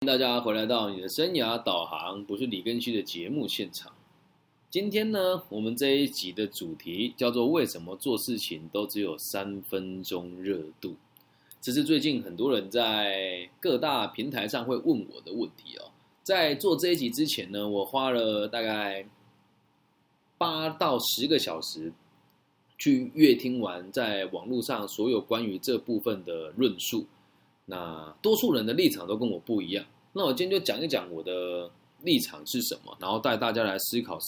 大家回来到你的生涯导航，不是李根熙的节目现场。今天呢，我们这一集的主题叫做为什么做事情都只有3分钟热度。这是最近很多人在各大平台上会问我的问题哦。在做这一集之前呢，我花了大概8到10个小时去阅听完在网络上所有关于这部分的论述。那多数人的立场都跟我不一样，那我今天就讲一讲我的立场是什么，然后带大家来思考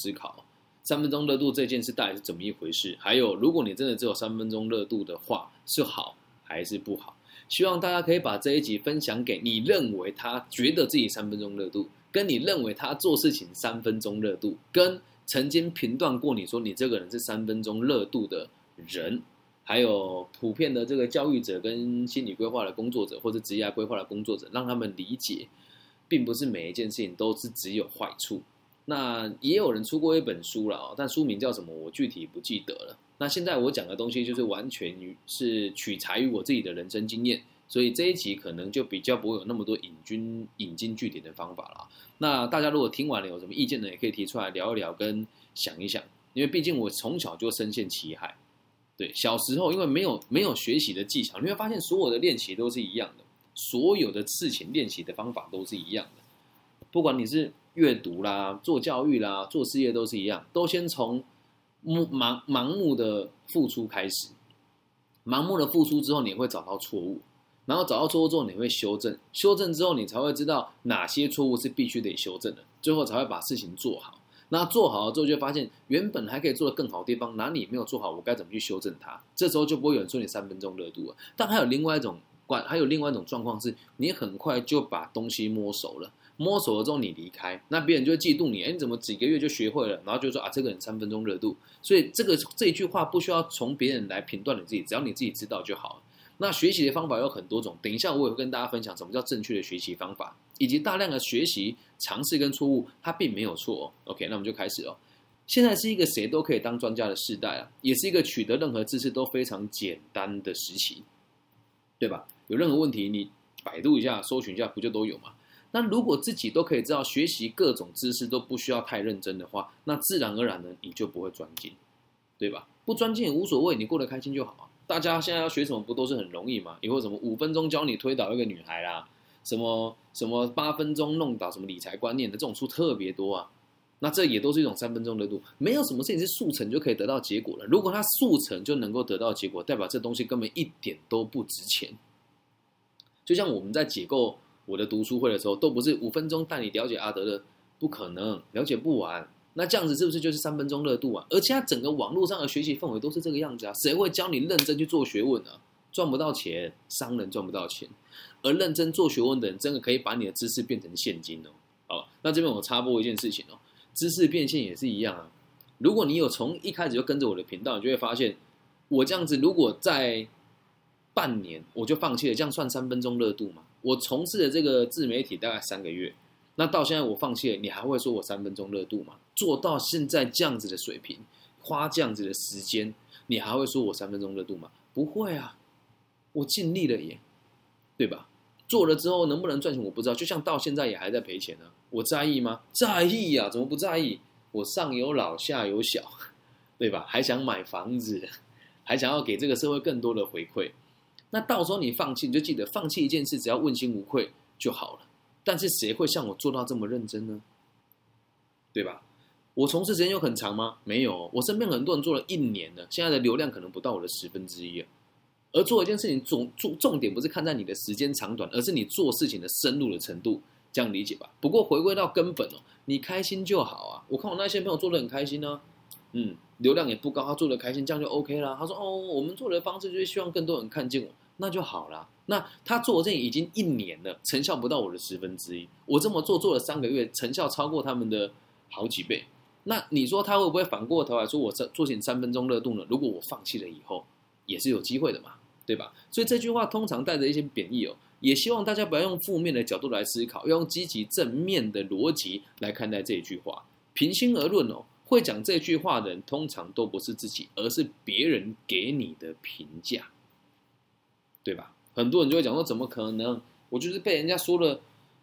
3分钟热度这件事到底是怎么一回事，还有如果你真的只有3分钟热度的话，是好还是不好。希望大家可以把这一集分享给你认为他觉得自己3分钟热度，跟你认为他做事情3分钟热度，跟曾经评断过你说你这个人是3分钟热度的人，还有普遍的这个教育者跟心理规划的工作者或者职业规划的工作者，让他们理解并不是每一件事情都是只有坏处。那也有人出过一本书了，但书名叫什么我具体不记得了。那现在我讲的东西就是完全是取材于我自己的人生经验，所以这一集可能就比较不会有那么多引经据典的方法了。那大家如果听完了有什么意见呢，也可以提出来聊一聊跟想一想，因为毕竟我从小就深陷其害。对，小时候因为没有学习的技巧，你会发现所有的练习都是一样的，所有的事情练习的方法都是一样的，不管你是阅读啦、做教育啦、做事业都是一样，都先从盲目的付出开始。盲目的付出之后，你会找到错误，然后找到错误之后，你会修正，修正之后你才会知道哪些错误是必须得修正的，最后才会把事情做好。那做好了之后，就发现原本还可以做得更好的地方，哪里没有做好，我该怎么去修正它？这时候就不会有人说你3分钟热度了。但还有另外一种状况是，你很快就把东西摸熟了，摸熟了之后你离开，那别人就会嫉妒你，你怎么几个月就学会了？然后就说这个人3分钟热度。所以这一句话不需要从别人来评断你自己，只要你自己知道就好了。那学习的方法有很多种，等一下我也会跟大家分享什么叫正确的学习方法，以及大量的学习尝试跟错误，它并没有错哦。OK， 那我们就开始哦。现在是一个谁都可以当专家的时代啊，也是一个取得任何知识都非常简单的时期，对吧？有任何问题你百度一下、搜寻一下，不就都有吗？那如果自己都可以知道学习各种知识都不需要太认真的话，那自然而然呢，你就不会专精，对吧？不专精也无所谓，你过得开心就好啊。大家现在要学什么不都是很容易吗？以后什么5分钟教你推倒一个女孩啦，什么8分钟弄倒什么理财观念的这种书特别多啊。那这也都是一种3分钟热度，没有什么事情是速成就可以得到结果了。如果它速成就能够得到结果，代表这东西根本一点都不值钱。就像我们在解构我的读书会的时候，都不是5分钟带你了解阿德勒，不可能，了解不完。那这样子是不是就是3分钟热度啊？而且它整个网络上的学习氛围都是这个样子啊，谁会教你认真去做学问啊？赚不到钱，商人赚不到钱，而认真做学问的人真的可以把你的知识变成现金哦。好，那这边我插播一件事情哦，知识变现也是一样啊。如果你有从一开始就跟着我的频道，你就会发现，我这样子如果在半年我就放弃了，这样算3分钟热度吗？我从事的这个自媒体大概3个月，那到现在我放弃了，你还会说我3分钟热度吗？做到现在这样子的水平，花这样子的时间，你还会说我3分钟热度吗？不会啊，我尽力了耶，对吧？做了之后能不能赚钱我不知道，就像到现在也还在赔钱呢，我在意吗？在意呀，怎么不在意？我上有老下有小，对吧？还想买房子，还想要给这个社会更多的回馈。那到时候你放弃，你就记得放弃一件事，只要问心无愧就好了。但是谁会像我做到这么认真呢？对吧？我从事时间有很长吗？没有，我身边很多人做了1年了，现在的流量可能不到我的1/10啊。而做一件事情重点不是看在你的时间长短，而是你做事情的深入的程度，这样理解吧。不过回归到根本哦，你开心就好啊。我看我那些朋友做得很开心啊，流量也不高，他做得开心，这样就 OK 啦。他说我们做的方式就是希望更多人看见我，那就好啦。那他做这已经1年了，成效不到我的1/10，我这么做了3个月，成效超过他们的好几倍。那你说他会不会反过头来说我做成3分钟热度呢？如果我放弃了以后，也是有机会的嘛，对吧？所以这句话通常带着一些贬义哦，也希望大家不要用负面的角度来思考，要用积极正面的逻辑来看待这一句话。平心而论哦，会讲这句话的人通常都不是自己，而是别人给你的评价，对吧？很多人就会讲说怎么可能？我就是被人家说了，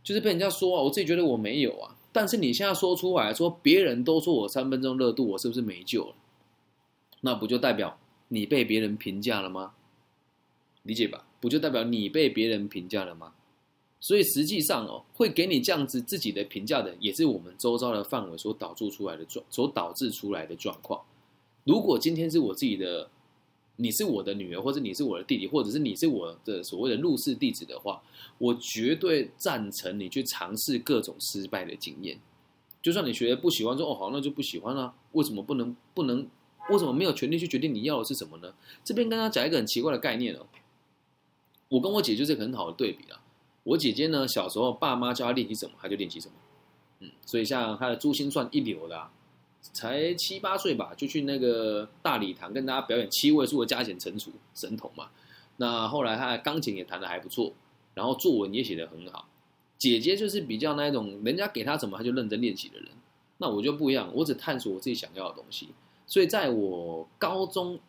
就是被人家说啊，我自己觉得我没有啊，但是你现在说出来说别人都说我3分钟热度，我是不是没救了？那不就代表你被别人评价了吗？理解吧？不就代表你被别人评价了吗？所以实际上会给你这样子自己的评价的，也是我们周遭的范围所导致出来的状况。如果今天是我自己的，你是我的女儿，或者你是我的弟弟，或者是你是我的所谓的入室弟子的话，我绝对赞成你去尝试各种失败的经验。就算你学的不喜欢，说好那就不喜欢啊，为什么不能？为什么没有权利去决定你要的是什么呢？这边跟他讲一个很奇怪的概念我跟我姐就是一个很好的对比啦。我姐姐呢，小时候爸妈教她练习什么，她就练习什么。所以像她的珠心算一流的才7、8岁吧，就去那个大礼堂跟大家表演7位数的加减乘除神童嘛。那后来她的钢琴也弹得还不错，然后作文也写得很好。姐姐就是比较那一种，人家给她什么她就认真练习的人。那我就不一样，我只探索我自己想要的东西。所以在我高中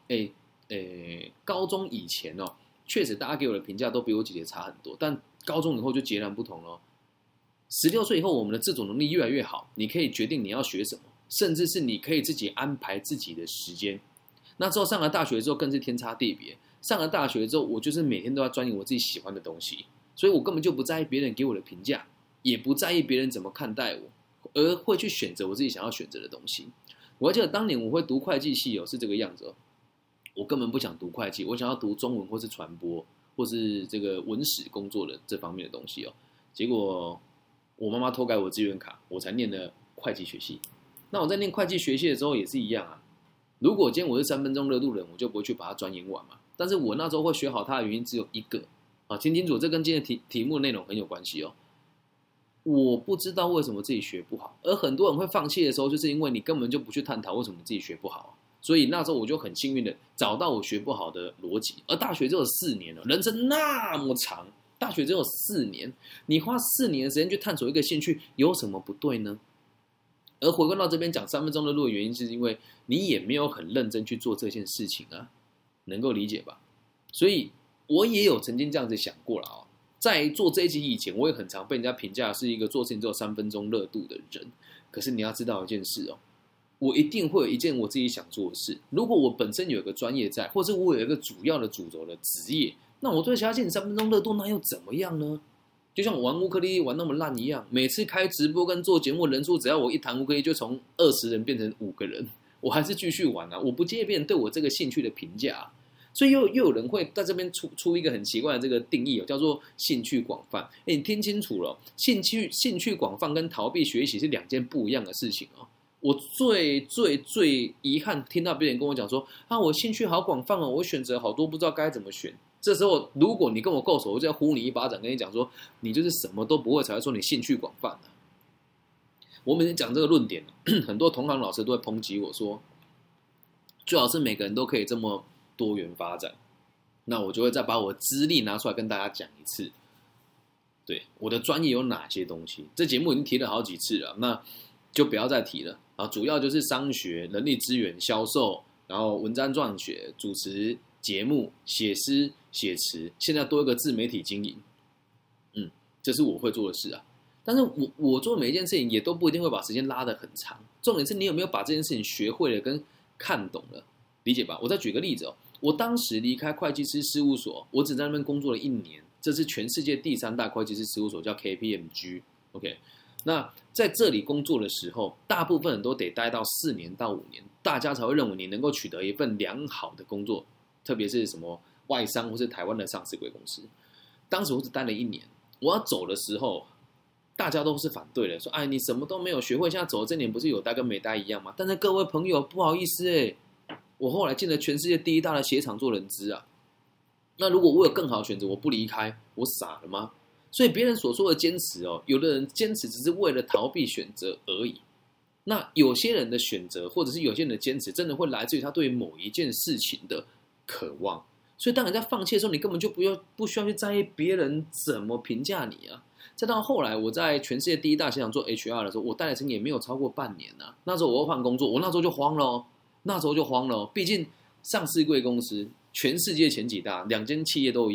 以前确实大家给我的评价都比我姐姐差很多，但高中以后就截然不同了。16岁以后，我们的自主能力越来越好，你可以决定你要学什么，甚至是你可以自己安排自己的时间。那之后上了大学之后更是天差地别。上了大学之后，我就是每天都要钻研我自己喜欢的东西，所以我根本就不在意别人给我的评价，也不在意别人怎么看待我，而会去选择我自己想要选择的东西。我还记得当年我会读会计系是这个样子我根本不想读会计，我想要读中文或是传播或是这个文史工作的这方面的东西结果我妈妈偷改我志愿卡，我才念了会计学系。那我在念会计学系的时候也是一样啊。如果今天我是3分钟热度人，我就不会去把它钻研完嘛。但是我那时候会学好它的原因只有一个听清楚，这跟今天的题目内容很有关系我不知道为什么自己学不好，而很多人会放弃的时候，就是因为你根本就不去探讨为什么自己学不好所以那时候我就很幸运的找到我学不好的逻辑。而大学只有4年人生那么长，大学只有4年，你花4年的时间去探索一个兴趣，有什么不对呢？而回归到这边讲3分钟热度的原因，是因为你也没有很认真去做这件事情能够理解吧？所以我也有曾经这样子想过了在做这一集以前，我也很常被人家评价是一个做事情只有3分钟热度的人。可是你要知道一件事我一定会有一件我自己想做的事。如果我本身有一个专业在，或者我有一个主要的主轴的职业，那我对其他事情3分钟热度那又怎么样呢？就像我玩乌克丽丽玩那么烂一样，每次开直播跟做节目人数，只要我一弹乌克丽丽就从20人变成5个人，我还是继续玩我不介意别人对我这个兴趣的评价所以又有人会在这边出一个很奇怪的这个定义叫做兴趣广泛。你听清楚了，兴趣广泛跟逃避学习是2件不一样的事情我最遗憾听到别人跟我讲说我兴趣好广泛我选择好多不知道该怎么选。这时候如果你跟我够熟，我就要呼你一巴掌，跟你讲说你就是什么都不会才会说你兴趣广泛我每天讲这个论点很多同行老师都会抨击我说，最好是每个人都可以这么多元发展。那我就会再把我的资历拿出来跟大家讲一次，对我的专业有哪些东西。这节目已经提了好几次了，那就不要再提了主要就是商学、人力资源、销售，然后文章撰写、主持节目、写诗、写词，现在多一个自媒体经营。这是我会做的事但是我做每一件事情也都不一定会把时间拉得很长，重点是你有没有把这件事情学会了跟看懂了，理解吧？我再举个例子我当时离开会计师事务所，我只在那边工作了1年，这是全世界第3大会计师事务所，叫 KPMG。OK， 那在这里工作的时候，大部分人都得待到4年到5年，大家才会认为你能够取得一份良好的工作，特别是什么外商或是台湾的上市贵公司。当时我只待了1年，我要走的时候，大家都是反对的，说你什么都没有学会，现在走的这年不是有待跟没待一样吗？但是各位朋友，不好意思我后来进了全世界第1大的鞋厂做人资那如果我有更好的选择，我不离开，我傻了吗？所以别人所说的坚持有的人坚持只是为了逃避选择而已。那有些人的选择，或者是有些人的坚持，真的会来自于他对某一件事情的渴望。所以当人家放弃的时候，你根本就不需要去在意别人怎么评价你再到后来，我在全世界第1大鞋厂做 HR 的时候，我待的时间也没有超过半年那时候我要换工作，我那时候就慌了毕竟上市贵公司全世界前几大，2间企业都一样，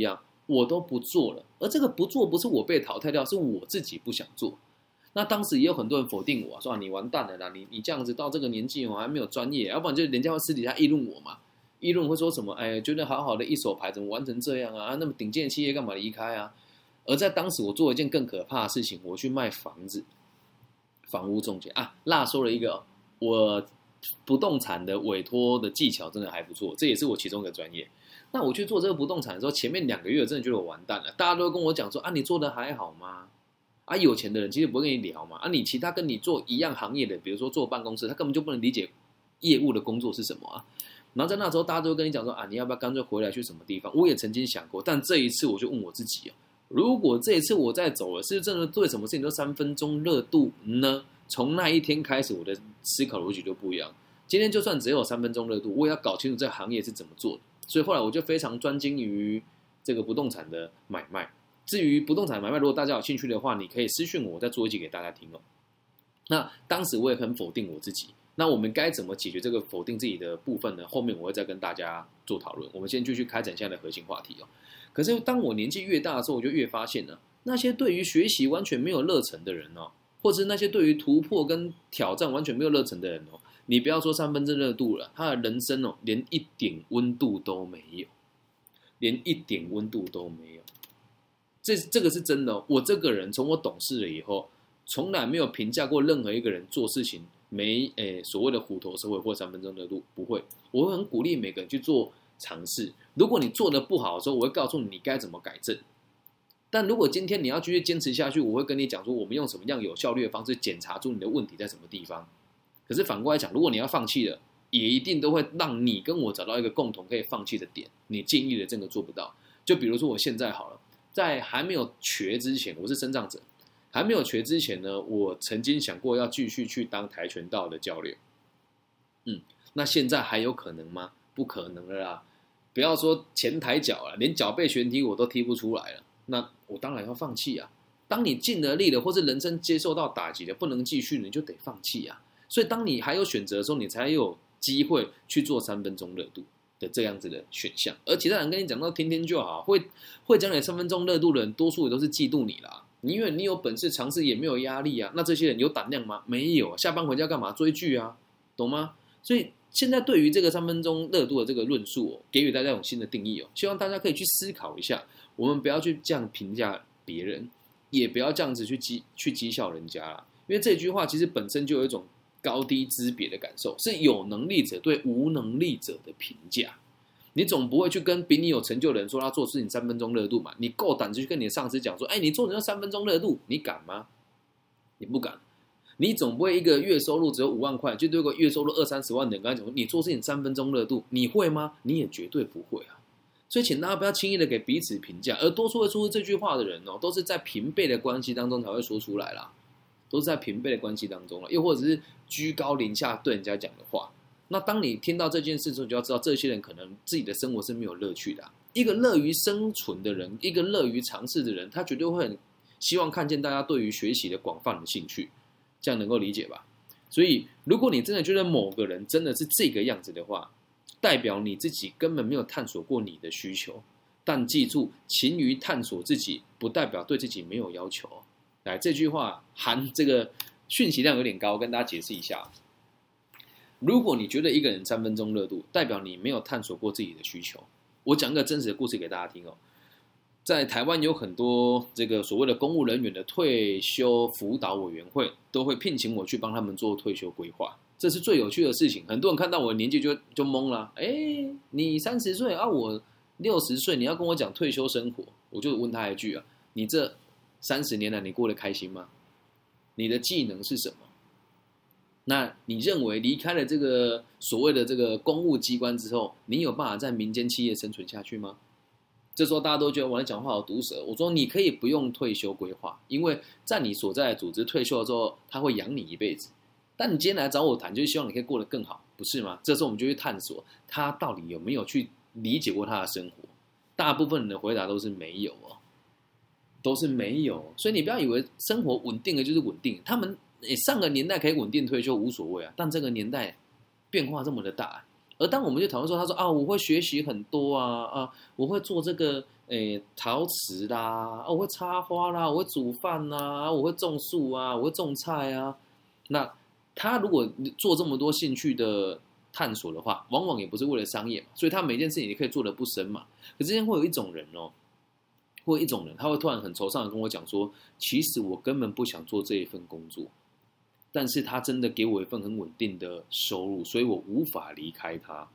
我都不做了。而这个不做不是我被淘汰掉，是我自己不想做。那当时也有很多人否定我，说你完蛋了啦，你这样子到这个年纪还没有专业，要不然就人家会私底下议论我嘛，议论会说什么，哎，觉得好好的一手牌怎么玩成这样啊？那么顶尖的企业干嘛离开啊？而在当时我做了一件更可怕的事情，我去卖房子，房屋中介啊。辣说了一个，我不动产的委托的技巧真的还不错，这也是我其中一个专业。那我去做这个不动产的时候，前面2个月真的觉得我完蛋了，大家都跟我讲说啊，你做的还好吗？啊，有钱的人其实不会跟你聊嘛。啊，你其他跟你做一样行业的，比如说做办公室，他根本就不能理解业务的工作是什么啊。然后在那时候，大家都会跟你讲说啊，你要不要干脆回来去什么地方？我也曾经想过，但这一次我就问我自己啊，如果这一次我再走了，是不是真的对什么事情都3分钟热度呢？从那一天开始，我的思考逻辑就不一样。今天就算只有3分钟热度，我也要搞清楚这个行业是怎么做的。所以后来我就非常专精于这个不动产的买卖。至于不动产买卖，如果大家有兴趣的话，你可以私讯我，再做一集给大家听哦。那当时我也很否定我自己，那我们该怎么解决这个否定自己的部分呢？后面我会再跟大家做讨论。我们先继续开展现在的核心话题哦。可是当我年纪越大的时候，我就越发现呢，那些对于学习完全没有热忱的人哦，或者是那些对于突破跟挑战完全没有热忱的人哦，你不要说3分钟热度了，他的人生哦，连一点温度都没有，连一点温度都没有。这个是真的哦。我这个人从我懂事了以后，从来没有评价过任何一个人做事情所谓的虎头蛇尾或3分钟热度，不会。我会很鼓励每个人去做尝试。如果你做的不好的时候，我会告诉你该怎么改正。但如果今天你要继续坚持下去，我会跟你讲说，我们用什么样有效率的方式检查出你的问题在什么地方。可是反过来讲，如果你要放弃了，也一定都会让你跟我找到一个共同可以放弃的点。你建议的这个做不到，就比如说我现在好了，在还没有瘸之前，我是身障者，还没有瘸之前呢，我曾经想过要继续去当跆拳道的教练。那现在还有可能吗？不可能了啦！不要说前抬脚了，连脚背旋踢我都踢不出来了，那我当然要放弃啊。当你尽了力了，或是人生接受到打击了，不能继续，你就得放弃啊。所以当你还有选择的时候，你才有机会去做3分钟热度的这样子的选项。而其他人跟你讲到天天就好，会讲你3分钟热度的人，多数也都是嫉妒你啦。因为你有本事尝试，也没有压力啊。那这些人有胆量吗？没有。下班回家干嘛？追剧啊，懂吗？所以现在对于这个3分钟热度的这个论述哦，给予大家一种新的定义哦，希望大家可以去思考一下。我们不要去这样评价别人，也不要这样子去讥笑人家啦。因为这句话其实本身就有一种高低之别的感受，是有能力者对无能力者的评价。你总不会去跟比你有成就的人说他做事情3分钟热度嘛？你够胆子去跟你的上司讲说，哎，你做人要3分钟热度，你敢吗？你不敢。你总不会一个月收入只有5万块，就对个月收入20-30万的人跟他讲说，你做事情3分钟热度，你会吗？你也绝对不会啊。所以请大家不要轻易的给彼此评价，而多数会说出这句话的人哦，都是在平辈的关系当中才会说出来啦，都是在平辈的关系当中啦，又或者是居高临下对人家讲的话。那当你听到这件事之后，你就要知道这些人可能自己的生活是没有乐趣的啊。一个乐于生存的人，一个乐于尝试的人，他绝对会很希望看见大家对于学习的广泛的兴趣，这样能够理解吧？所以，如果你真的觉得某个人真的是这个样子的话，代表你自己根本没有探索过你的需求。但记住，勤于探索自己，不代表对自己没有要求。来，这句话含这个讯息量有点高，跟大家解释一下。如果你觉得一个人3分钟热度，代表你没有探索过自己的需求。我讲一个真实的故事给大家听哦。在台湾有很多这个所谓的公务人员的退休辅导委员会，都会聘请我去帮他们做退休规划，这是最有趣的事情。很多人看到我的年纪就懵了，你30岁啊，我60岁，你要跟我讲退休生活，我就问他一句啊，你这30年来你过得开心吗？你的技能是什么？那你认为离开了这个所谓的这个公务机关之后，你有办法在民间企业生存下去吗？这时候大家都觉得我在讲话好毒舌。我说你可以不用退休规划，因为在你所在的组织退休了之后，他会养你一辈子。但你今天来找我谈，就是希望你可以过得更好，不是吗？这时候我们就去探索他到底有没有去理解过他的生活。大部分人的回答都是没有哦，都是没有。所以你不要以为生活稳定的就是稳定，上个年代可以稳定退休无所谓啊，但这个年代变化这么的大， 而当我们就讨论说，他说啊，我会学习很多我会做这个陶瓷啦，我会插花啦，我会煮饭啦，我会种树啊，我会种菜啊。那他如果做这么多兴趣的探索的话，往往也不是为了商业嘛，所以他每件事情你可以做得不深嘛。可之前会有一种人哦，会有一种人，他会突然很惆怅的跟我讲说，其实我根本不想做这一份工作，但是他真的给我一份很稳定的收入，所以我无法离开他。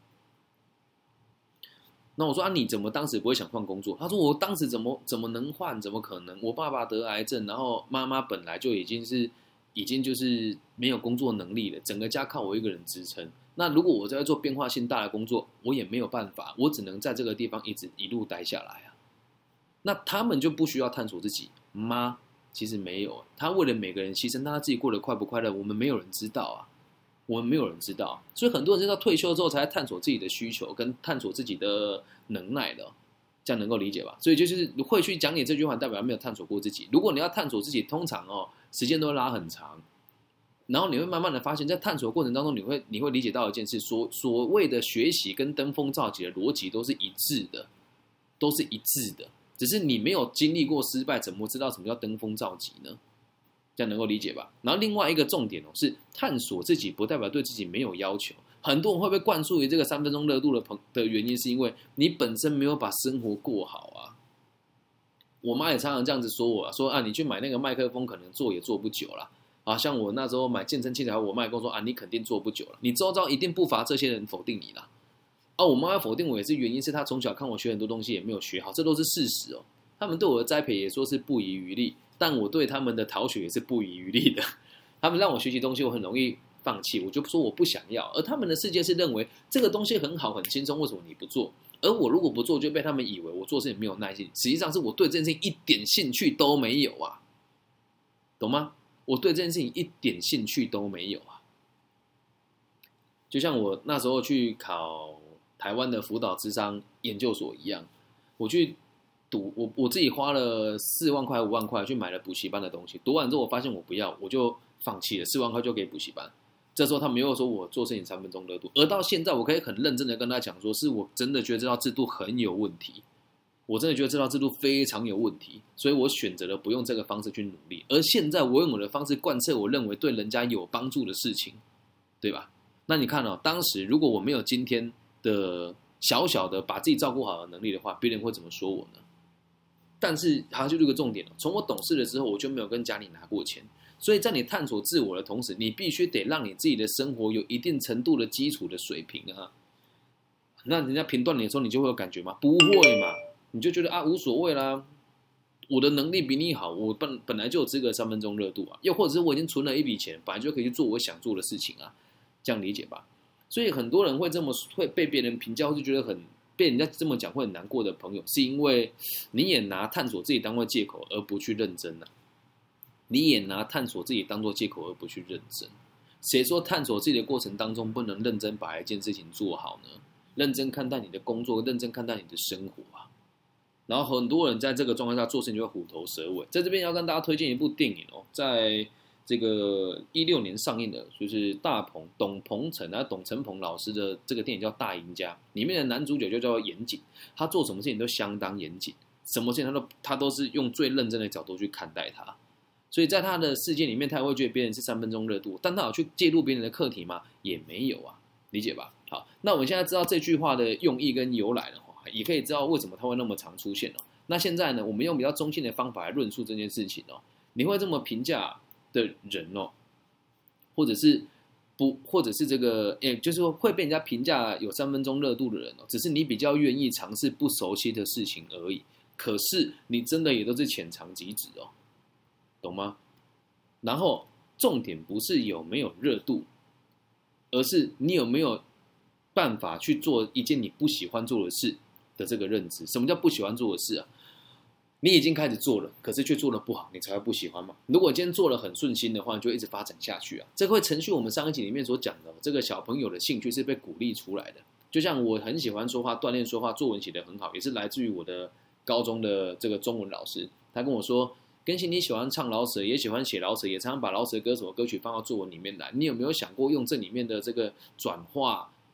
那我说啊，你怎么当时不会想换工作？他说我当时怎么能换？怎么可能？我爸爸得癌症，然后妈妈本来就已经就是没有工作能力了，整个家靠我一个人支撑。那如果我在做变化性大的工作，我也没有办法，我只能在这个地方一路待下来啊。那他们就不需要探索自己吗？其实没有，他为了每个人牺牲，但他自己过得快不快乐，我们没有人知道啊。我们没有人知道，所以很多人是到退休之后才探索自己的需求跟探索自己的能耐的，这样能够理解吧？所以就是会去讲你这句话，代表没有探索过自己。如果你要探索自己，通常时间都会拉很长，然后你会慢慢的发现，在探索过程当中，你会理解到一件事，所谓的学习跟登峰造极的逻辑都是一致的，都是一致的，只是你没有经历过失败，怎么知道什么叫登峰造极呢？这样能够理解吧？然后另外一个重点是探索自己，不代表对自己没有要求。很多人会被灌输于这个3分钟热度的原因，是因为你本身没有把生活过好啊。我妈也常常这样子说我说啊，你去买那个麦克风，可能做也做不久啦。像我那时候买健身器材，我妈也跟我说啊，你肯定做不久了，你周遭一定不乏这些人否定你啦。我妈要否定我也是原因是她从小看我学很多东西也没有学好，这都是事实哦。他们对我的栽培也说是不遗余力，但我对他们的逃学也是不遗余力的。他们让我学习东西，我很容易放弃，我就说我不想要。而他们的世界是认为这个东西很好很轻松，为什么你不做？而我如果不做，就被他们以为我做事情没有耐心。实际上是我对这件事情一点兴趣都没有啊，懂吗？我对这件事情一点兴趣都没有啊。就像我那时候去考台湾的辅导諮商研究所一样，我去我自己花了4万块5万块去买了补习班的东西，读完之后我发现我不要，我就放弃了，4万块就给补习班。这时候他们又说我做事情3分钟热度，而到现在我可以很认真的跟他讲说，是我真的觉得这套制度很有问题，我真的觉得这套制度非常有问题，所以我选择了不用这个方式去努力。而现在我用我的方式贯彻我认为对人家有帮助的事情，对吧？那你看当时如果我没有今天的小小的把自己照顾好的能力的话，别人会怎么说我呢？但是还是这个重点，从我懂事了之后，我就没有跟家里拿过钱。所以在你探索自我的同时，你必须得让你自己的生活有一定程度的基础的水平啊。那人家评断你的时候，你就会有感觉吗？不会嘛，你就觉得无所谓啦，我的能力比你好，我本来就有资格3分钟热度啊。又或者是我已经存了一笔钱，本来就可以去做我想做的事情啊，这样理解吧？所以很多人会被别人评价，或是觉得被人家这么讲会很难过的朋友，是因为你也拿探索自己当作借口而不去认真啊。你也拿探索自己当作借口而不去认真。谁说探索自己的过程当中不能认真把一件事情做好呢？认真看待你的工作，认真看待你的生活啊。然后很多人在这个状况下做事情就会虎头蛇尾。在这边要跟大家推荐一部电影在这个16年上映的，就是董鹏程董成鹏老师的这个电影叫《大赢家》，里面的男主角就叫严谨，他做什么事情都相当严谨，什么事情他都是用最认真的角度去看待它。所以在他的世界里面，他也会觉得别人是3分钟热度，但他有去介入别人的课题吗？也没有啊，理解吧？好，那我们现在知道这句话的用意跟由来了，也可以知道为什么它会那么常出现了。那现在呢，我们用比较中性的方法来论述这件事情你会这么评价的人或者是这个，就是说会被人家评价有3分钟热度的人只是你比较愿意尝试不熟悉的事情而已。可是你真的也都是浅尝即止懂吗？然后重点不是有没有热度，而是你有没有办法去做一件你不喜欢做的事的这个认知。什么叫不喜欢做的事啊？你已经开始做了，可是却做得不好，你才会不喜欢嘛。如果今天做了很顺心的话，你就一直发展下去啊。这个会承续我们上一集里面所讲的，这个小朋友的兴趣是被鼓励出来的。就像我很喜欢说话，锻炼说话，作文写得很好，也是来自于我的高中的这个中文老师，他跟我说，根信你喜欢唱老舍，也喜欢写老舍，也常常把老舍歌手的歌曲放到作文里面来。你有没有想过用这里面的这个转化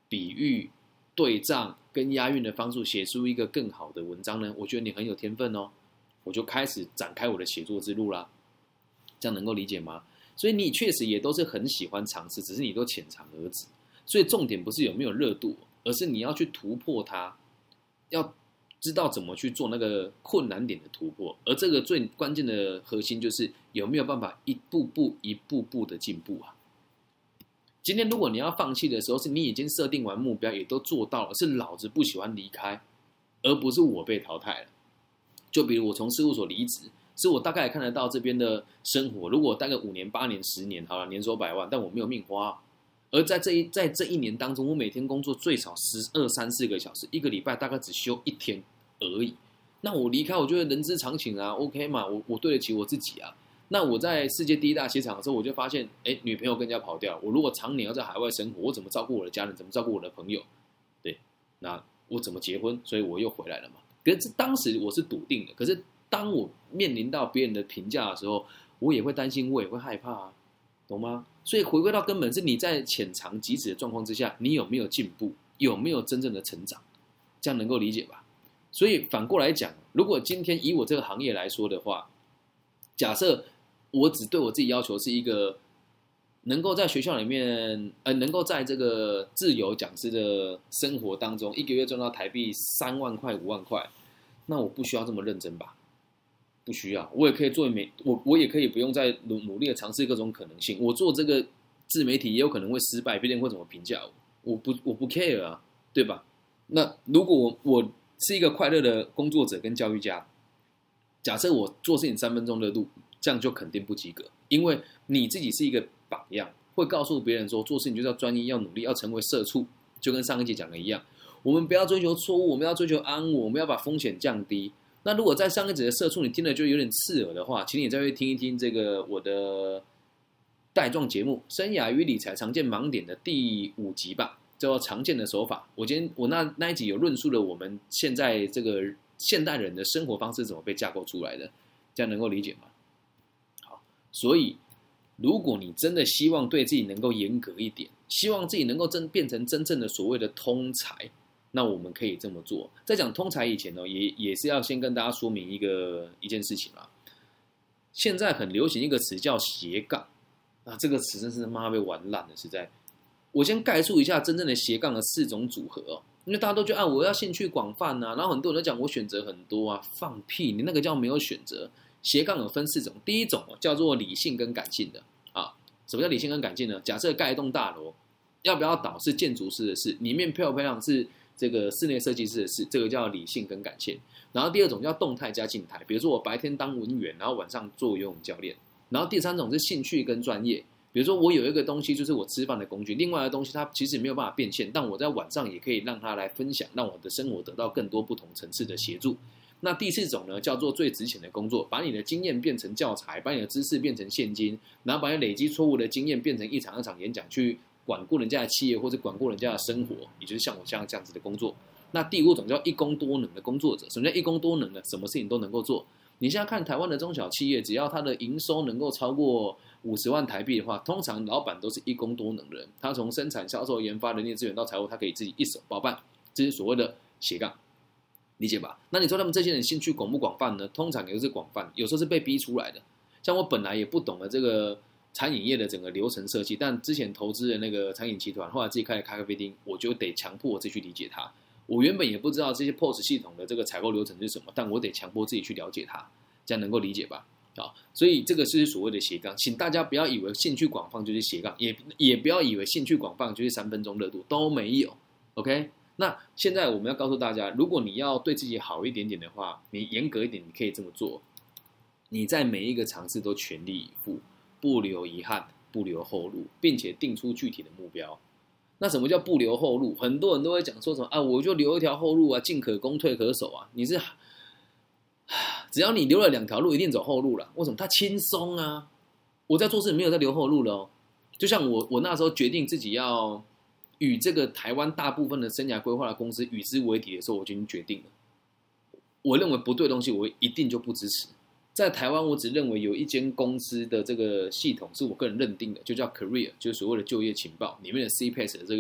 比喻、对仗跟押韵的方式写出一个更好的文章呢？我觉得你很有天分哦，我就开始展开我的写作之路啦。这样能够理解吗？所以你确实也都是很喜欢尝试，只是你都浅尝而止。所以重点不是有没有热度，而是你要去突破它，要知道怎么去做那个困难点的突破。而这个最关键的核心就是有没有办法一步步的进步啊。今天如果你要放弃的时候，是你已经设定完目标，也都做到了，是老子不喜欢离开，而不是我被淘汰了。就比如我从事务所离职，是我大概也看得到这边的生活。如果大概5年、8年、10年，好了，年收100万，但我没有命花。而在这一年当中，我每天工作最少12、14个小时，一个礼拜大概只休1天而已。那我离开，我觉得人之常情啊 ，OK 嘛，我对得起我自己啊。那我在世界第一大鞋厂的时候，我就发现，女朋友跟人家跑掉。我如果常年要在海外生活，我怎么照顾我的家人？怎么照顾我的朋友？对，那我怎么结婚？所以我又回来了嘛。可是当时我是笃定的，可是当我面临到别人的评价的时候，我也会担心，我也会害怕啊，懂吗？所以回归到根本，是你在浅尝即止的状况之下，你有没有进步，有没有真正的成长，这样能够理解吧？所以反过来讲，如果今天以我这个行业来说的话，假设我只对我自己要求是一个能够在学校里面，能够在这个自由讲师的生活当中，一个月赚到台币3万块、5万块，那我不需要这么认真吧？不需要，我也可以做我也可以不用再努力的尝试各种可能性。我做这个自媒体也有可能会失败，别人会怎么评价我？我不 care 啊，对吧？那如果我是一个快乐的工作者跟教育家，假设我做事情3分钟热度，这样就肯定不及格，因为你自己是一个榜样，会告诉别人说做事情就是要专一、要努力、要成为社畜，就跟上一集讲的一样。我们不要追求错误，我们要追求安稳，我们要把风险降低。那如果在上一集的社畜你听了就有点刺耳的话，请你再去听一听这个我的带状节目《生涯与理财常见盲点》的第5集吧，叫做常见的手法。我那一集有论述了我们现在这个现代人的生活方式怎么被架构出来的，这样能够理解吗？好，所以如果你真的希望对自己能够严格一点，希望自己能够变成真正的所谓的通才，那我们可以这么做。在讲通才以前呢，也是要先跟大家说明一件事情啦。现在很流行一个词叫斜杠啊，这个词真是妈被玩烂了，实在。我先概述一下真正的斜杠的4种组合哦，因为大家都觉得我要兴趣广泛啊，然后很多人都讲我选择很多啊，放屁，你那个叫没有选择。斜杠有分4种，第一种叫做理性跟感性的啊。什么叫理性跟感性呢？假设盖一栋大楼，要不要倒是建筑师的事，里面漂不漂亮是这个室内设计师的事，这个叫理性跟感性。然后第2种叫动态加静态，比如说我白天当文员，然后晚上做游泳教练。然后第3种是兴趣跟专业，比如说我有一个东西就是我吃饭的工具，另外的东西它其实没有办法变现，但我在晚上也可以让它来分享，让我的生活得到更多不同层次的协助。那第4种呢，叫做最值钱的工作，把你的经验变成教材，把你的知识变成现金，然后把你累积错误的经验变成一场演讲，去管顾人家的企业或者管顾人家的生活，也就是像我这样子的工作。那第5种叫一工多能的工作者。什么叫一工多能呢？什么事情都能够做。你现在看台湾的中小企业，只要它的营收能够超过50万台币的话，通常老板都是一工多能的人。他从生产、销售、研发、人力资源到财务，他可以自己一手包办，这是所谓的斜杠。理解吧？那你说他们这些人兴趣广不广泛呢？通常也是广泛，有时候是被逼出来的。像我本来也不懂得这个餐饮业的整个流程设计，但之前投资的那个餐饮集团，后来自己开了咖啡厅，我就得强迫我自己去理解它。我原本也不知道这些 POS 系统的这个采购流程是什么，但我得强迫自己去了解它，这样能够理解吧？好，所以这个是所谓的斜杠，请大家不要以为兴趣广泛就是斜杠，也不要以为兴趣广泛就是3分钟热度，都没有。OK？那现在我们要告诉大家，如果你要对自己好一点点的话，你严格一点，你可以这么做。你在每一个尝试都全力以赴，不留遗憾，不留后路，并且定出具体的目标。那什么叫不留后路？很多人都会讲说什么我就留一条后路啊，进可攻，退可守啊。只要你留了2条路，一定走后路了。为什么？它轻松啊！我在做事没有在留后路了哦。就像我那时候决定自己要与这个台湾大部分的生涯规划的公司与之为敌的时候，我就已经决定了，我认为不对的东西，我一定就不支持。在台湾，我只认为有一间公司的这个系统是我个人认定的，就叫 Career， 就是所谓的就业情报里面的 CPAS 的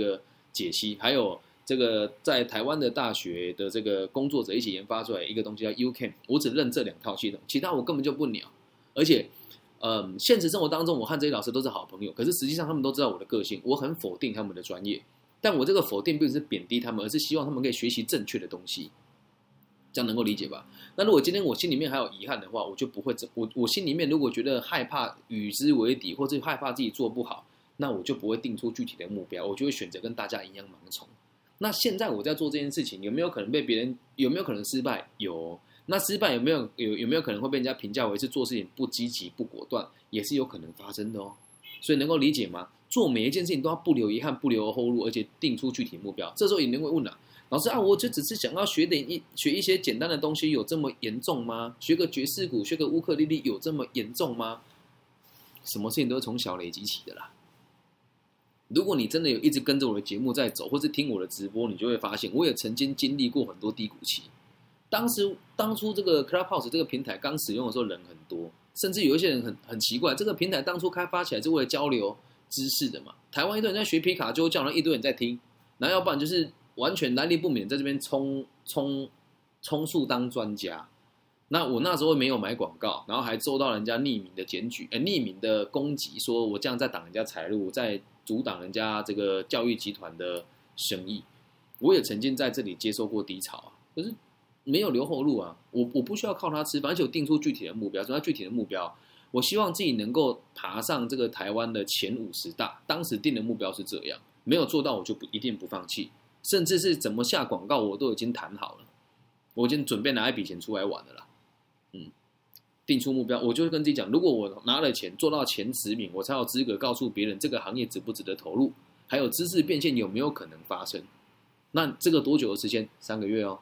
解析，还有这个在台湾的大学的这个工作者一起研发出来一个东西叫 UCAN， 我只认这2套系统，其他我根本就不鸟。而且，现实生活当中我和这些老师都是好朋友，可是实际上他们都知道我的个性，我很否定他们的专业，但我这个否定并不是贬低他们，而是希望他们可以学习正确的东西，这样能够理解吧？那如果今天我心里面还有遗憾的话，我就不会我心里面如果觉得害怕与之为敌，或者害怕自己做不好，那我就不会定出具体的目标，我就会选择跟大家一样盲从。那现在我在做这件事情，有没有可能被别人？有没有可能失败？有。那失败有没有可能会被人家评价为是做事情不积极、不果断，也是有可能发生的哦。所以能够理解吗？做每一件事情都要不留遗憾、不留后路，而且定出具体目标。这时候有人会问了，老师啊，我就只是想要学一些简单的东西，有这么严重吗？学个爵士鼓、学个乌克丽丽，有这么严重吗？什么事情都是从小累积起的啦。如果你真的有一直跟着我的节目在走，或是听我的直播，你就会发现，我也曾经经历过很多低谷期。当初这个 Clubhouse 这个平台刚使用的时候，人很多，甚至有一些人很奇怪，这个平台当初开发起来是为了交流知识的嘛？台湾一堆人在学皮卡丘，叫人一堆人在听，然后要不然就是完全来历不明，在这边充数当专家。那我那时候没有买广告，然后还收到人家匿名的检举，匿名的攻击，说我这样在挡人家财路，在阻挡人家这个教育集团的生意。我也曾经在这里接受过低潮啊，可是没有留后路啊，我不需要靠它吃饭，而且我定出具体的目标。什么叫具体的目标？我希望自己能够爬上这个台湾的前50大，当时定的目标是这样，没有做到我就一定不放弃，甚至是怎么下广告我都已经谈好了，我已经准备拿一笔钱出来玩了啦。定出目标，我就会跟自己讲，如果我拿了钱做到前10名，我才有资格告诉别人这个行业值不值得投入，还有知识变现有没有可能发生。那这个多久的时间？3个月哦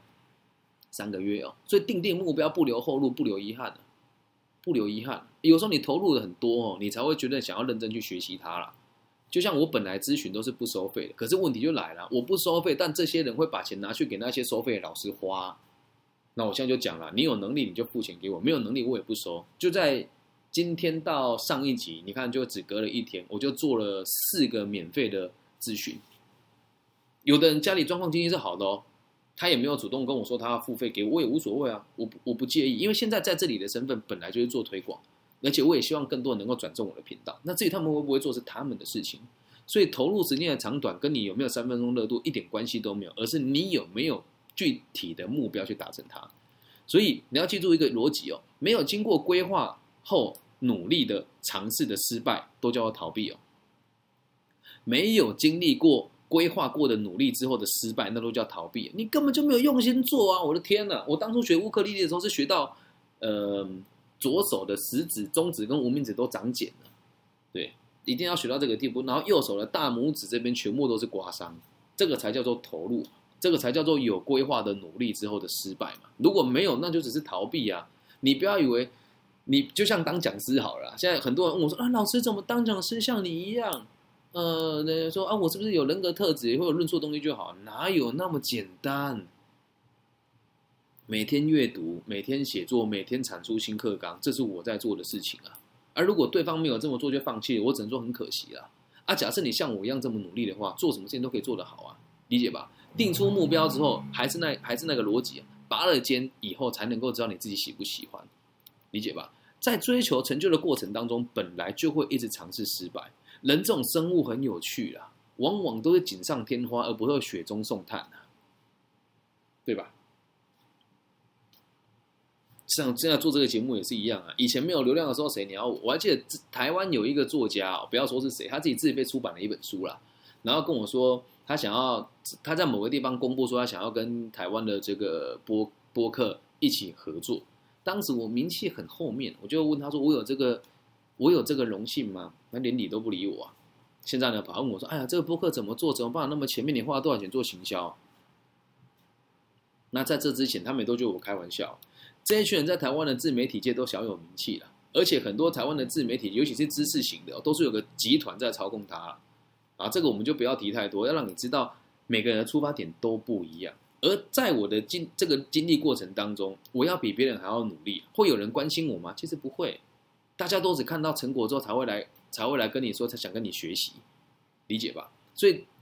，3个月哦。所以定目标，不留后路，不留遗憾，不留遗憾。有时候你投入的很多哦，你才会觉得想要认真去学习它啦。就像我本来咨询都是不收费的，可是问题就来了，我不收费，但这些人会把钱拿去给那些收费的老师花。那我现在就讲了，你有能力你就付钱给我，没有能力我也不收。就在今天到上一集，你看就只隔了1天，我就做了4个免费的咨询。有的人家里状况经济是好的哦，他也没有主动跟我说他要付费给我，我也无所谓啊，我不介意，因为现在在这里的身份本来就是做推广，而且我也希望更多人能够转正我的频道。那至于他们会不会做是他们的事情，所以投入时间的长短跟你有没有3分钟热度一点关系都没有，而是你有没有具体的目标去达成它。所以你要记住一个逻辑哦，没有经过规划后努力的尝试的失败，都叫做逃避哦。没有经历过规划过的努力之后的失败，那都叫逃避。你根本就没有用心做啊！我的天哪！我当初学乌克丽丽的时候是学到，左手的食指、中指跟无名指都长茧了，对，一定要学到这个地步。然后右手的大拇指这边全部都是刮伤，这个才叫做投入。这个才叫做有规划的努力之后的失败嘛。如果没有，那就只是逃避啊。你不要以为你就像当讲师好了。现在很多人问我说啊，老师怎么当讲师像你一样？说啊，我是不是有人格特质，或者论述东西就好？哪有那么简单？每天阅读，每天写作，每天产出新课纲，这是我在做的事情啊。而如果对方没有这么做就放弃了，我只能说很可惜啦。啊，假设你像我一样这么努力的话，做什么事情都可以做得好啊，理解吧？定出目标之后，还是那个逻辑啊，拔了尖以后才能够知道你自己喜不喜欢，理解吧？在追求成就的过程当中，本来就会一直尝试失败。人这种生物很有趣啦，往往都是锦上添花，而不会雪中送炭啊，对吧？像现在做这个节目也是一样啊。以前没有流量的时候，谁鸟我？我还记得台湾有一个作家，不要说是谁，他自己自费出版了一本书啦，然后跟我说。他在某个地方公布说他想要跟台湾的这个播客一起合作。当时我名气很后面，我就问他说：“我有这个荣幸吗？”他连理都不理我啊。现在呢，跑问我说：“哎呀，这个播客怎么做？怎么办？那么前面你花了多少钱做行销？”那在这之前，他们也都觉得我开玩笑。这一群人在台湾的自媒体界都小有名气了，而且很多台湾的自媒体，尤其是知识型的，都是有个集团在操控它了。啊，这个我们就不要提太多，要让你知道每个人的出发点都不一样。而在我的这个经历过程当中，我要比别人还要努力，会有人关心我吗？其实不会，大家都只看到成果之后才会来跟你说，才想跟你学习，理解吧？所以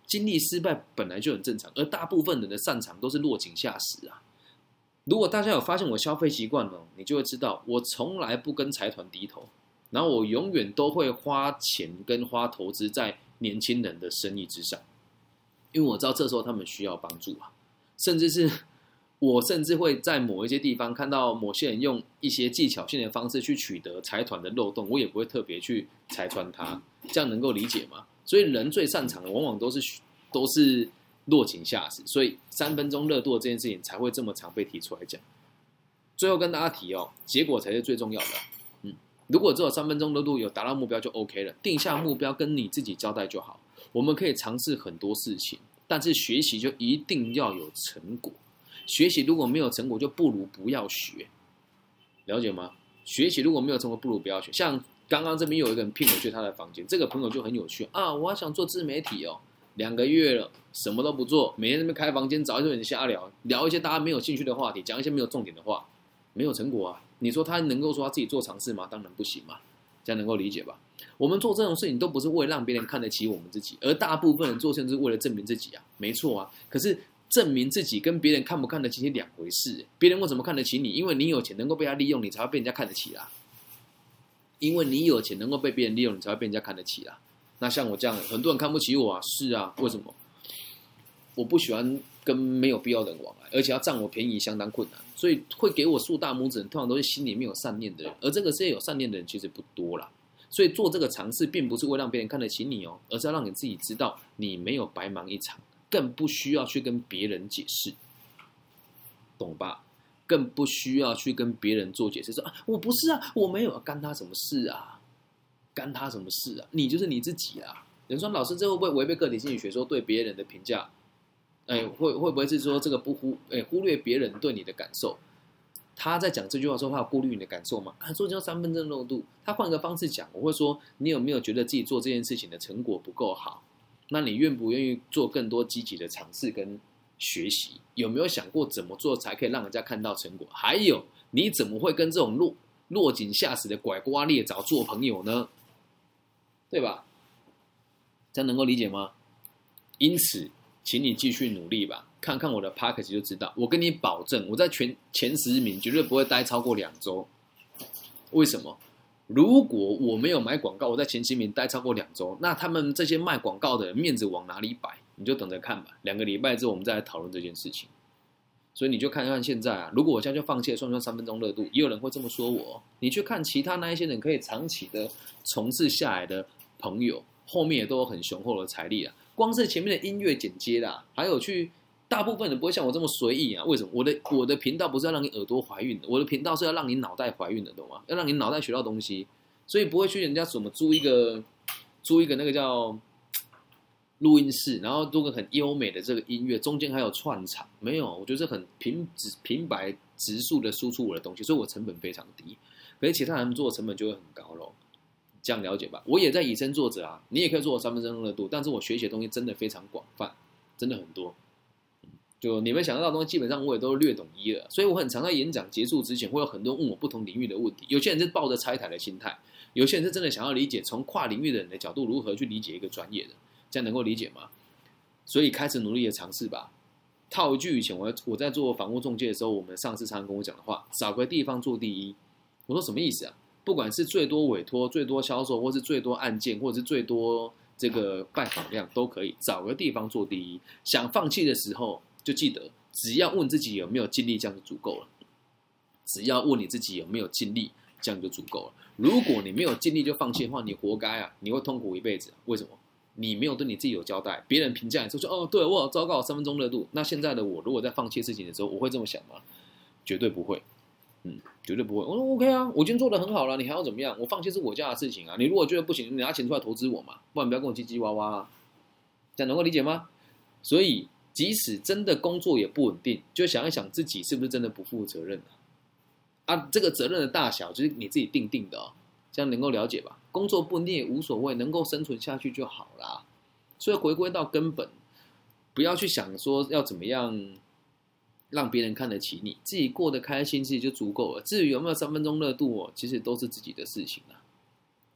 经历失败本来就很正常，而大部分人的擅长都是落井下石啊。如果大家有发现我消费习惯你就会知道，我从来不跟财团低头，然后我永远都会花钱跟花投资在年轻人的生意之上，因为我知道这时候他们需要帮助啊，我甚至会在某一些地方看到某些人用一些技巧性的方式去取得财团的漏洞，我也不会特别去拆穿他，这样能够理解吗？所以人最擅长的往往都是落井下石，所以3分钟热度这件事情才会这么常被提出来讲。最后跟大家提结果才是最重要的。如果只有3分钟热度有达到目标就 OK 了，定下目标跟你自己交代就好。我们可以尝试很多事情，但是学习就一定要有成果。学习如果没有成果，就不如不要学，了解吗？学习如果没有成果，不如不要学。像刚刚这边有一个人聘我去他的房间，这个朋友就很有趣啊，我还想做自媒体2个月了，什么都不做，每天在那边开房间找一堆人瞎聊，聊一些大家没有兴趣的话题，讲一些没有重点的话，没有成果啊。你说他能够说他自己做尝试吗？当然不行嘛，这样能够理解吧？我们做这种事情都不是为了让别人看得起我们自己，而大部分人做事是为了证明自己啊，没错啊。可是证明自己跟别人看不看得起是两回事。别人为什么看得起你？因为你有钱能够被他利用，你才会被人家看得起啦。因为你有钱能够被别人利用，你才会被人家看得起啦。那像我这样，很多人看不起我啊，是啊，为什么？我不喜欢跟没有必要的人往来，而且要占我便宜相当困难，所以会给我竖大拇指的人，通常都是心里面有善念的人，而这个世界有善念的人其实不多啦。所以做这个尝试，并不是为了让别人看得起你而是要让你自己知道，你没有白忙一场，更不需要去跟别人解释，懂吧？更不需要去跟别人做解释，说我不是啊，我没有，干他什么事啊？干他什么事啊？你就是你自己啊。人说老师，这会不会违背个体心理学说对别人的评价？会不会是说这个忽略别人对你的感受？他在讲这句话的时候，他有顾虑你的感受吗？说叫3分钟热度，他换个方式讲，我会说你有没有觉得自己做这件事情的成果不够好？那你愿不愿意做更多积极的尝试跟学习？有没有想过怎么做才可以让人家看到成果？还有，你怎么会跟这种落井下石的拐瓜裂枣做朋友呢？对吧？这样能够理解吗？因此，请你继续努力吧。看看我的 Podcast 就知道，我跟你保证，我在前10名绝对不会待超过2周。为什么？如果我没有买广告，我在前10名待超过2周，那他们这些卖广告的人面子往哪里摆？你就等着看吧。2个礼拜之后，我们再来讨论这件事情。所以你就看看现在啊，如果我现在就放弃了，算不算3分钟热度？也有人会这么说我。你去看其他那一些人可以长期的从事下来的朋友，后面也都有很雄厚的财力啊。光是前面的音乐剪接啦，还有大部分人不会像我这么随意啊。为什么？我的频道不是要让你耳朵怀孕的，我的频道是要让你脑袋怀孕的，懂吗？要让你脑袋学到东西，所以不会去人家什么租一个那个叫录音室，然后录个很优美的这个音乐，中间还有串场，没有，我觉得是很平白直述的输出我的东西，所以我成本非常低。可是其他人做的成本就会很高咯，这样了解吧？我也在以身作则啊，你也可以做3分钟热度，但是我学习的东西真的非常广泛，真的很多。就你们想得到的东西，基本上我也都略懂一二，所以我很常在演讲结束之前，会有很多人问我不同领域的问题。有些人是抱着拆台的心态，有些人是真的想要理解从跨领域的人的角度如何去理解一个专业的，这样能够理解吗？所以开始努力的尝试吧。套一句以前我在做房屋中介的时候，我们上司常常跟我讲的话：找个地方做第一。我说什么意思啊？不管是最多委托、最多销售，或是最多案件，或者是最多这个拜访量，都可以找个地方做第一。想放弃的时候，就记得只要问自己有没有尽力，这样就足够了。只要问你自己有没有尽力，这样就足够了。如果你没有尽力就放弃的话，你活该啊！你会痛苦一辈子。为什么？你没有对你自己有交代，别人评价你说哦，对我好糟糕，3分钟热度。那现在的我，如果在放弃事情的时候，我会这么想吗？绝对不会。绝对不会。我说 OK 啊，我今天做得很好了，你还要怎么样？我放弃是我家的事情啊。你如果觉得不行，你拿钱出来投资我嘛，不然不要跟我唧唧哇哇啊。这样能够理解吗？所以，即使真的工作也不稳定，就想一想自己是不是真的不负责任啊？这个责任的大小就是你自己定的哦。这样能够了解吧？工作不稳定也无所谓，能够生存下去就好啦。所以回归到根本，不要去想说要怎么样让别人看得起你，自己过得开心自己就足够了。至于有没有3分钟热度其实都是自己的事情啦。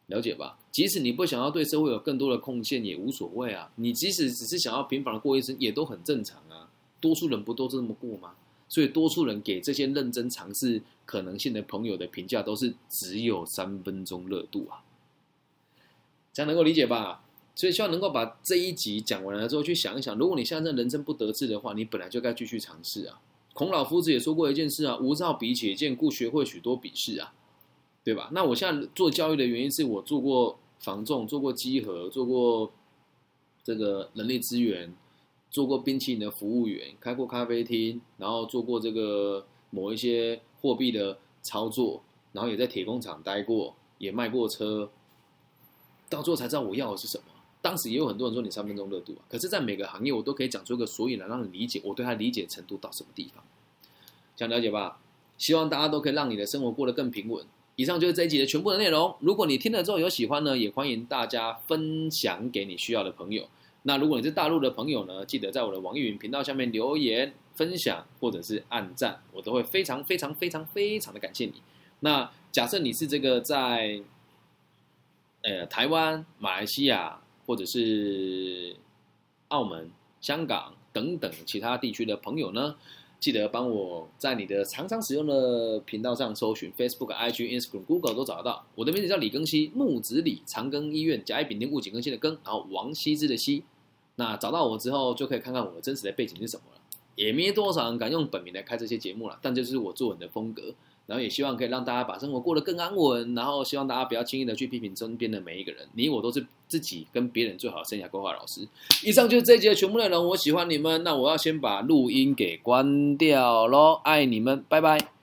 了解吧？即使你不想要对社会有更多的贡献也无所谓啊，你即使只是想要平凡的过一生也都很正常啊，多数人不都这么过吗？所以多数人给这些认真尝试可能性的朋友的评价都是只有3分钟热度啊，这样能够理解吧？所以希望能够把这一集讲完了之后去想一想，如果你现在人生不得志的话，你本来就该继续尝试啊。孔老夫子也说过一件事啊，无照彼且见，故学会许多比试啊，对吧？那我现在做教育的原因是我做过房仲，做过稽核，做过这个人力资源，做过冰淇淋的服务员，开过咖啡厅，然后做过这个某一些货币的操作，然后也在铁工厂待过，也卖过车，到最后才知道我要的是什么。当时也有很多人说你3分钟热度啊，可是，在每个行业我都可以讲出一个所以然，让你理解我对他理解程度到什么地方，这样了解吧？希望大家都可以让你的生活过得更平稳。以上就是这一集的全部的内容。如果你听了之后有喜欢呢，也欢迎大家分享给你需要的朋友。那如果你是大陆的朋友呢，记得在我的网易云频道下面留言、分享或者是按赞，我都会非常非常非常非常的感谢你。那假设你是这个在台湾、马来西亚或者是澳门、香港等等其他地区的朋友呢，记得帮我在你的常常使用的频道上搜寻 Facebook、IG、Instagram、Google 都找得到。我的名字叫李庚希，木子李，长庚医院甲乙丙丁戊己庚辛的庚，然后王羲之的羲。那找到我之后，就可以看看我的真实的背景是什么了。也没多少人敢用本名来开这些节目了，但这就是我做人的风格。然后也希望可以让大家把生活过得更安稳，然后希望大家不要轻易的去批评身边的每一个人，你我都是自己跟别人最好的生涯规划老师。以上就是这一集的全部内容，我喜欢你们，那我要先把录音给关掉咯，爱你们，拜拜。